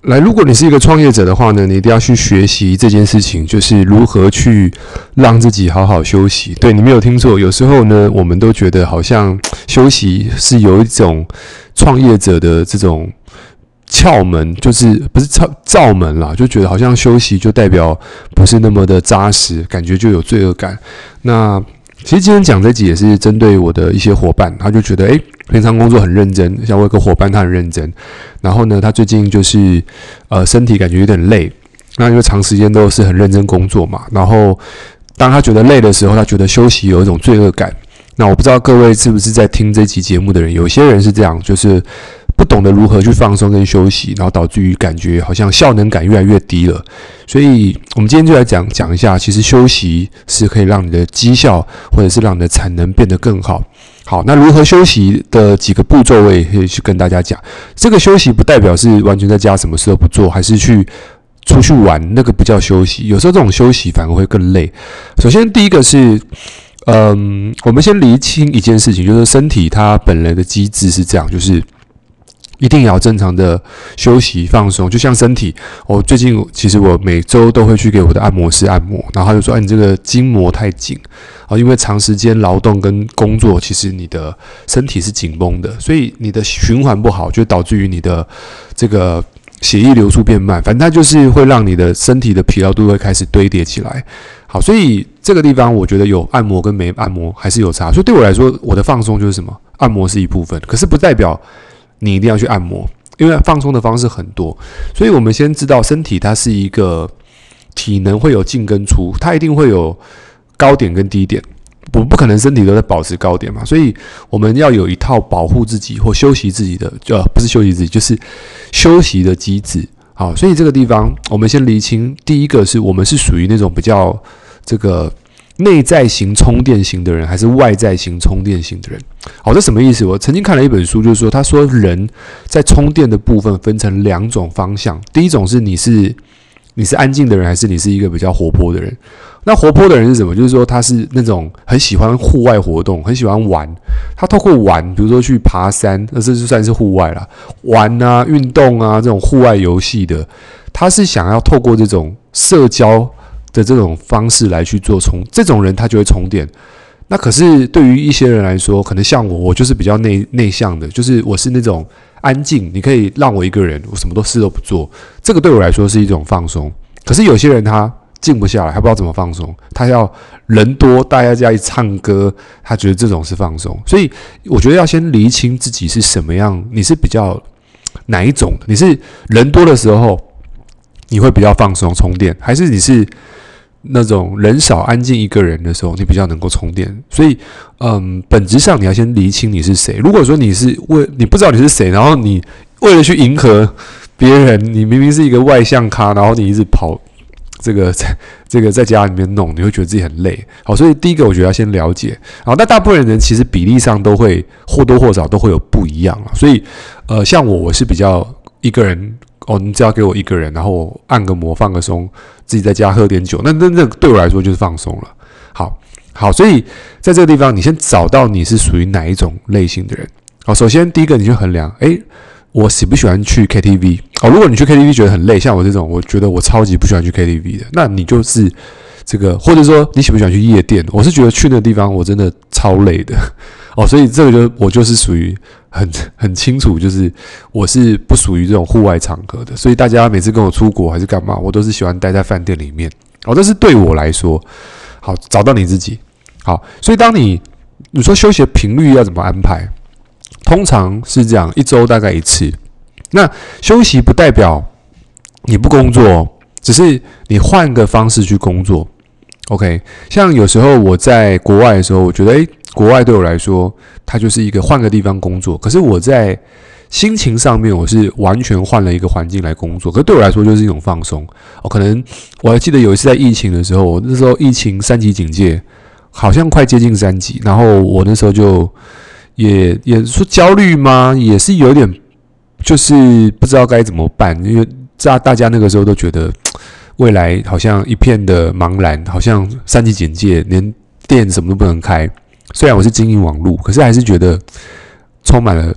如果你是一个创业者的话呢，你一定要去学习这件事情，就是如何去让自己好好休息。对，你没有听错，有时候呢，我们都觉得好像休息是有一种创业者的这种窍门，就是不是罩门啦，就觉得好像休息就代表不是那么的扎实，感觉就有罪恶感。那其实今天讲这集也是针对我的一些伙伴，他就觉得平常工作很认真，像我有个伙伴他很认真，然后呢他最近就是身体感觉有点累，那因为长时间都是很认真工作嘛，然后当他觉得累的时候，他觉得休息有一种罪恶感。那我不知道各位是不是在听这期节目的人，有些人是这样，就是不懂得如何去放松跟休息，然后导致于感觉好像效能感越来越低了。所以我们今天就来讲一下，其实休息是可以让你的绩效或者是让你的产能变得更好。好，那如何休息的几个步骤，我也可以去跟大家讲。这个休息不代表是完全在家什么事都不做，还是去出去玩，那个不叫休息。有时候这种休息反而会更累。首先第一个是我们先厘清一件事情，就是身体它本来的机制是这样，就是一定要正常的休息放松。就像身体，最近其实我每周都会去给我的按摩师按摩，然后他就说，你这个筋膜太紧，因为长时间劳动跟工作，其实你的身体是紧绷的，所以你的循环不好，就导致于你的这个血液流速变慢，反正它就是会让你的身体的疲劳度会开始堆叠起来。好，所以这个地方我觉得有按摩跟没按摩还是有差。所以对我来说，我的放松就是什么？按摩是一部分，可是不代表你一定要去按摩，因为放松的方式很多。所以我们先知道身体它是一个体能会有进跟出，它一定会有高点跟低点。我们不可能身体都在保持高点嘛，所以我们要有一套保护自己或休息自己的，不是休息自己，就是休息的机制。好，所以这个地方我们先厘清，第一个是我们是属于那种比较这个内在型充电型的人，还是外在型充电型的人？好，这什么意思？我曾经看了一本书，就是说，他说人在充电的部分分成两种方向，第一种是你是安静的人，还是你是一个比较活泼的人？那活泼的人是什么？就是说他是那种很喜欢户外活动，很喜欢玩。他透过玩，比如说去爬山，这就算是户外啦，玩啊、运动啊这种户外游戏的，他是想要透过这种社交的这种方式来去做这种人他就会充电。那可是对于一些人来说，可能像我就是比较内向的，就是我是那种安静，你可以让我一个人，我什么事都不做，这个对我来说是一种放松。可是有些人他静不下来，还不知道怎么放松，他要人多，大家在一起唱歌，他觉得这种是放松。所以我觉得要先厘清自己是什么样，你是比较哪一种的？你是人多的时候你会比较放松充电，还是你是那种人少安静一个人的时候你比较能够充电？所以本质上你要先厘清你是谁。如果说你不知道你是谁，然后你为了去迎合别人，你明明是一个外向咖，然后你一直跑这个在家里面弄，你会觉得自己很累。好，所以第一个我觉得要先了解。好，那大部分人其实比例上都会或多或少都会有不一样啦。所以像我是比较一个人你只要给我一个人，然后我按个摩放个松，自己在家喝点酒，那对我来说就是放松了。好，所以在这个地方，你先找到你是属于哪一种类型的人。好，首先第一个你去衡量，我喜不喜欢去 KTV？ 如果你去 KTV 觉得很累，像我这种，我觉得我超级不喜欢去 KTV 的，那你就是这个，或者说你喜不喜欢去夜店？我是觉得去那个地方我真的超累的。所以这个我就是属于很清楚，就是我是不属于这种户外场合的。所以大家每次跟我出国还是干嘛，我都是喜欢待在饭店里面。这是对我来说。好，找到你自己。好，所以当你说休息的频率要怎么安排？通常是这样，一周大概一次。那休息不代表你不工作，只是你换个方式去工作。OK， 像有时候我在国外的时候，我觉得国外对我来说，它就是一个换个地方工作。可是我在心情上面，我是完全换了一个环境来工作。可是对我来说，就是一种放松。可能我还记得有一次在疫情的时候，我那时候疫情3级警戒，好像快接近3级，然后我那时候就也说焦虑吗？也是有点，就是不知道该怎么办，因为大家那个时候都觉得未来好像一片的茫然，好像3级警戒，连店什么都不能开。虽然我是经营网络，可是还是觉得充满了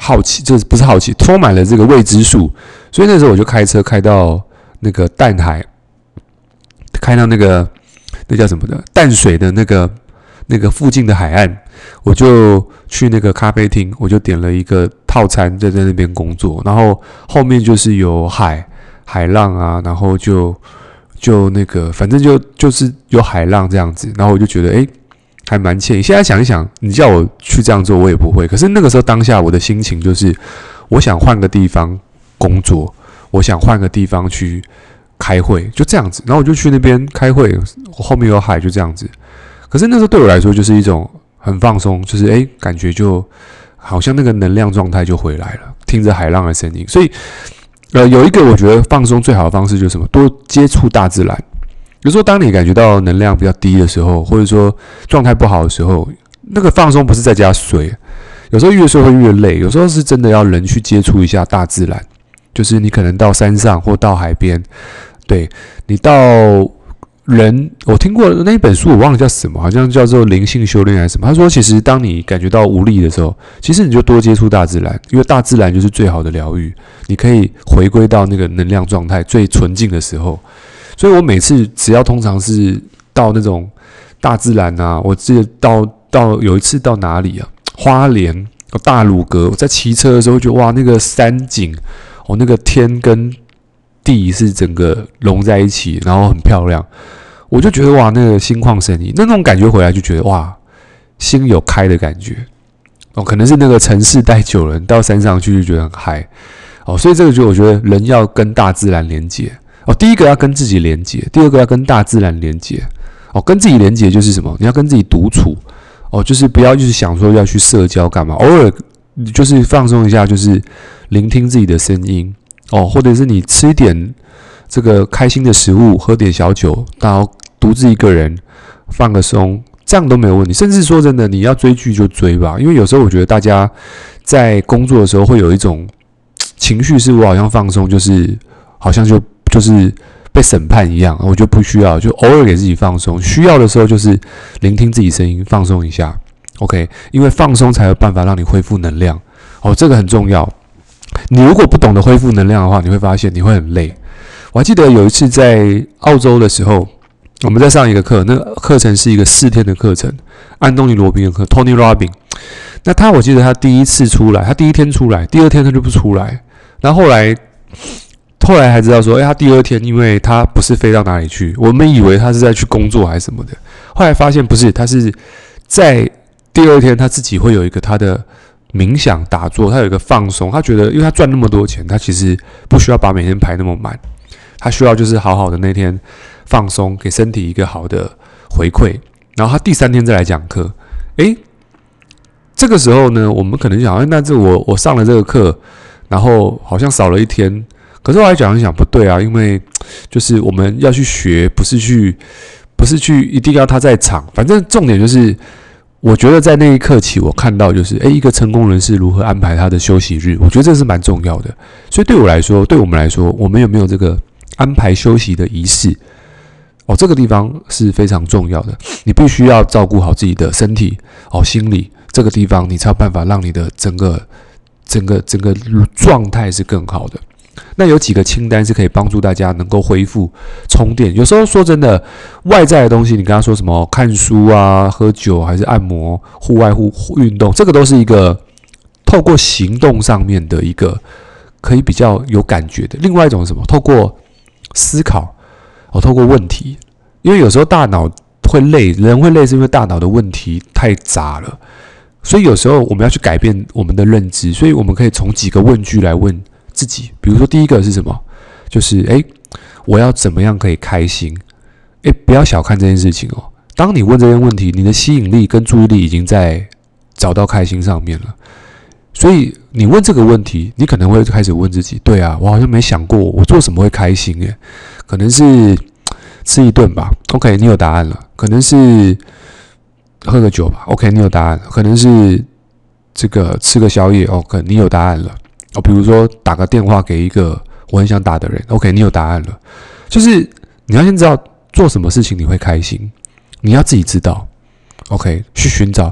好奇，这不是好奇，充满了这个未知数。所以那时候我就开车开到那个淡海，开到那叫什么的淡水的那个附近的海岸，我就去那个咖啡厅，我就点了一个套餐，在那边工作。然后后面就是有海浪啊，然后就那个反正就是有海浪这样子。然后我就觉得还蛮惬意。现在想一想，你叫我去这样做，我也不会。可是那个时候当下我的心情就是，我想换个地方工作，我想换个地方去开会，就这样子。然后我就去那边开会，后面有海，就这样子。可是那时候对我来说就是一种很放松，就是感觉就好像那个能量状态就回来了，听着海浪的声音。所以有一个我觉得放松最好的方式就是什么？多接触大自然。有时候当你感觉到能量比较低的时候，或者说状态不好的时候，那个放松不是在家睡，有时候越睡会越累。有时候是真的要人去接触一下大自然，就是你可能到山上或到海边，对，你到我听过那一本书，我忘了叫什么，好像叫做灵性修炼还是什么。他说，其实当你感觉到无力的时候，其实你就多接触大自然，因为大自然就是最好的疗愈。你可以回归到那个能量状态最纯净的时候。所以我每次只要通常是到那种大自然啊，我记得到有一次到哪里啊？花莲大鲁阁，我在骑车的时候觉得哇，那个山景，那个天跟地是整个融在一起，然后很漂亮。我就觉得哇，那个心旷神怡，那种感觉回来就觉得哇，心有开的感觉。可能是那个城市待久了，到山上去就觉得很嗨。所以这个就我觉得人要跟大自然连结。第一个要跟自己连结，第二个要跟大自然连结。跟自己连结就是什么？你要跟自己独处。就是不要就是想说要去社交干嘛，偶尔就是放松一下，就是聆听自己的声音。或者是你吃一点这个开心的食物，喝点小酒，然后独自一个人放个松，这样都没有问题。甚至说真的，你要追剧就追吧，因为有时候我觉得大家在工作的时候会有一种情绪，是我好像放松，就是好像就是被审判一样。我觉得不需要，就偶尔给自己放松，需要的时候就是聆听自己声音，放松一下。OK， 因为放松才有办法让你恢复能量。这个很重要。你如果不懂得恢复能量的话，你会发现你会很累。我还记得有一次在澳洲的时候，我们在上一个课，那个课程是一个4天的课程，安东尼罗宾的课 ，Tony Robbins。那我记得他第一次出来，他第一天出来，第二天他就不出来。然后后来才知道说，他第二天因为他不是飞到哪里去，我们以为他是在去工作还是什么的，后来发现不是，他是在第二天他自己会有一个他的冥想打坐，他有一个放松。他觉得，因为他赚那么多钱，他其实不需要把每天排那么满，他需要就是好好的那天放松，给身体一个好的回馈。然后他第3天再来讲课。这个时候呢，我们可能想，那这我上了这个课，然后好像少了1天。可是我来讲一想，不对啊，因为就是我们要去学，不是去一定要他在场。反正重点就是。我觉得在那一刻起，我看到就是，一个成功人士如何安排他的休息日，我觉得这是蛮重要的。所以对我来说，对我们来说，我们有没有这个安排休息的仪式？这个地方是非常重要的。你必须要照顾好自己的身体，心理这个地方，你才有办法让你的整个状态是更好的。那有几个清单是可以帮助大家能够恢复充电。有时候说真的，外在的东西，你跟他说什么看书啊、喝酒还是按摩、户外运动，这个都是一个透过行动上面的一个可以比较有感觉的。另外一种是什么？透过思考，透过问题。因为有时候大脑会累，人会累是因为大脑的问题太杂了，所以有时候我们要去改变我们的认知。所以我们可以从几个问句来问自己，比如说第一个是什么？就是我要怎么样可以开心？不要小看这件事情哦。当你问这些问题，你的吸引力跟注意力已经在找到开心上面了。所以你问这个问题，你可能会开始问自己：对啊，我好像没想过我做什么会开心耶？可能是吃一顿吧。OK， 你有答案了。可能是喝个酒吧。OK， 你有答案了。可能是这个吃个宵夜。OK， 你有答案了。比如说打个电话给一个我很想打的人。OK， 你有答案了。就是你要先知道做什么事情你会开心，你要自己知道。OK， 去寻找。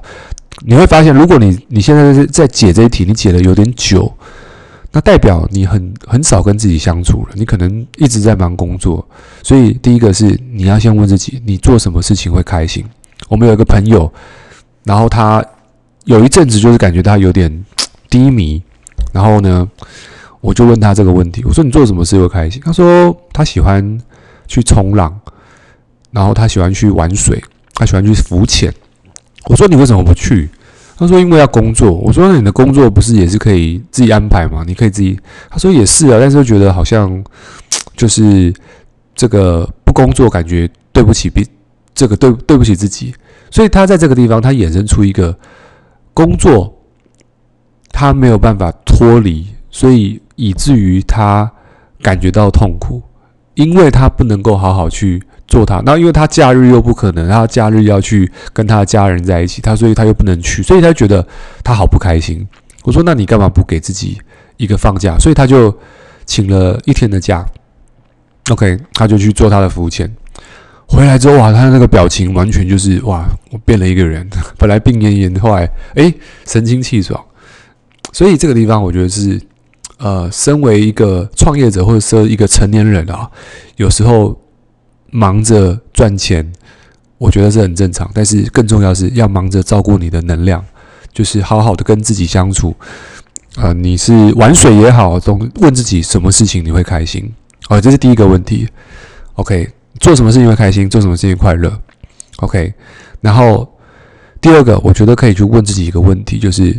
你会发现，如果你现在在解这一题，你解的有点久，那代表你很少跟自己相处了，你可能一直在忙工作。所以第一个是你要先问自己，你做什么事情会开心？我们有一个朋友，然后他有一阵子就是感觉他有点低迷，然后呢，我就问他这个问题，我说你做什么事会开心？他说他喜欢去冲浪，然后他喜欢去玩水，他喜欢去浮潜。我说你为什么不去？他说因为要工作。我说那你的工作不是也是可以自己安排吗？你可以自己。他说也是啊，但是就觉得好像就是这个不工作，感觉对不起对不起自己。所以他在这个地方，他衍生出一个工作，他没有办法脱离，所以以至于他感觉到痛苦，因为他不能够好好去做它。那因为他假日又不可能，他假日要去跟他的家人在一起，所以他又不能去，所以他觉得他好不开心。我说那你干嘛不给自己一个放假？所以他就请了1天的假。OK， 他就去做他的浮潜。回来之后，哇，他那个表情完全就是哇，我变了一个人。本来病恹恹，后来神清气爽。所以这个地方，我觉得是身为一个创业者或者是一个成年人啊，有时候忙着赚钱，我觉得是很正常。但是更重要是要忙着照顾你的能量，就是好好的跟自己相处。你是玩水也好，总问自己什么事情你会开心。这是第一个问题。OK， 做什么事情会开心，做什么事情快乐。OK， 然后第二个，我觉得可以去问自己一个问题，就是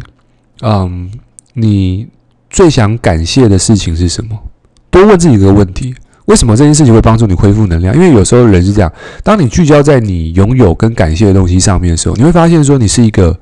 你最想感谢的事情是什么？多问自己一个问题。为什么这件事情会帮助你恢复能量？因为有时候人是这样，当你聚焦在你拥有跟感谢的东西上面的时候，你会发现说你是一个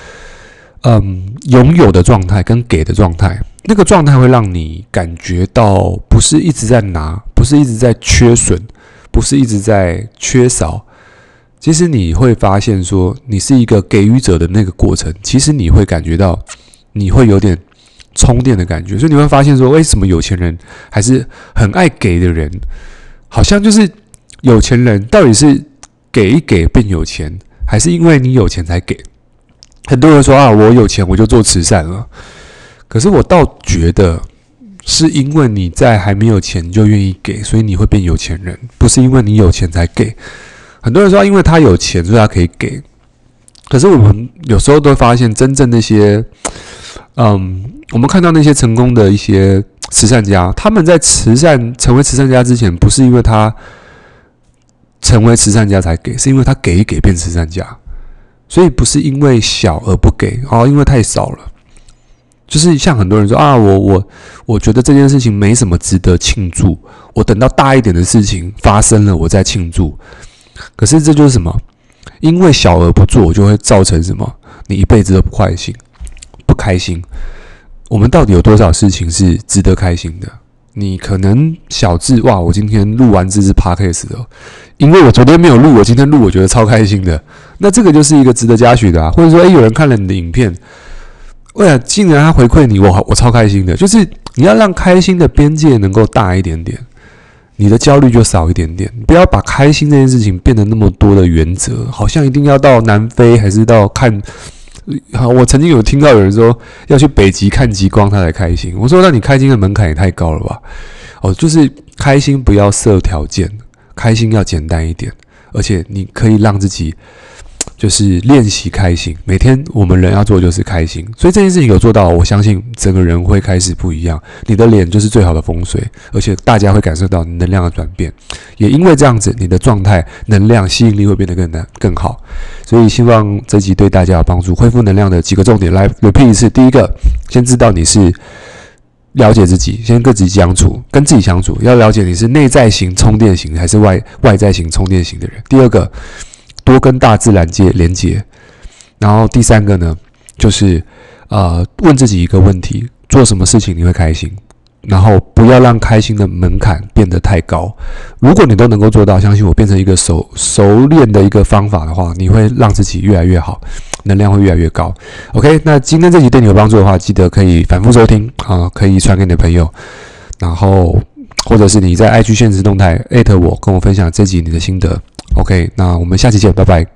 拥有的状态跟给的状态，那个状态会让你感觉到不是一直在拿，不是一直在缺损，不是一直在缺少。其实你会发现说你是一个给予者的那个过程，其实你会感觉到你会有点充电的感觉。所以你会发现说为什么有钱人还是很爱给的人，好像就是有钱人到底是给一给变有钱，还是因为你有钱才给？很多人说我有钱我就做慈善了，可是我倒觉得是因为你在还没有钱就愿意给，所以你会变有钱人，不是因为你有钱才给。很多人说因为他有钱所以他可以给，可是我们有时候都会发现真正那些我们看到那些成功的一些慈善家，他们在成为慈善家之前，不是因为他成为慈善家才给，是因为他给一给变慈善家。所以不是因为小而不给，因为太少了。就是像很多人说我觉得这件事情没什么值得庆祝，我等到大一点的事情发生了我再庆祝。可是这就是什么？因为小而不做，就会造成什么？你一辈子都不开心。我们到底有多少事情是值得开心的？你可能小至我今天录完这支 podcast 了，因为我昨天没有录，我今天录，我觉得超开心的。那这个就是一个值得嘉许的啊。或者说，有人看了你的影片，竟然他回馈你，我超开心的。就是你要让开心的边界能够大一点点，你的焦虑就少一点点。不要把开心这件事情变得那么多的原则，好像一定要到南非还是到看。我曾经有听到有人说要去北极看极光他才开心，我说那你开心的门槛也太高了吧。就是开心不要设条件，开心要简单一点，而且你可以让自己就是练习开心。每天我们人要做的就是开心，所以这件事情有做到，我相信整个人会开始不一样。你的脸就是最好的风水，而且大家会感受到你能量的转变，也因为这样子，你的状态、能量、吸引力会变得更好。所以希望这集对大家有帮助。恢复能量的几个重点来 repeat 一次：第一个，先知道你是了解自己，先跟自己相处，要了解你是内在型充电型还是外在型充电型的人。第二个，多跟大自然连接。然后第三个呢，就是问自己一个问题：做什么事情你会开心？然后不要让开心的门槛变得太高。如果你都能够做到，相信我，变成一个熟练的一个方法的话，你会让自己越来越好，能量会越来越高。OK， 那今天这集对你有帮助的话，记得可以反复收听可以传给你的朋友，然后或者是你在 IG 限时动态@我，跟我分享这集你的心得。OK， 那我们下期见，拜拜。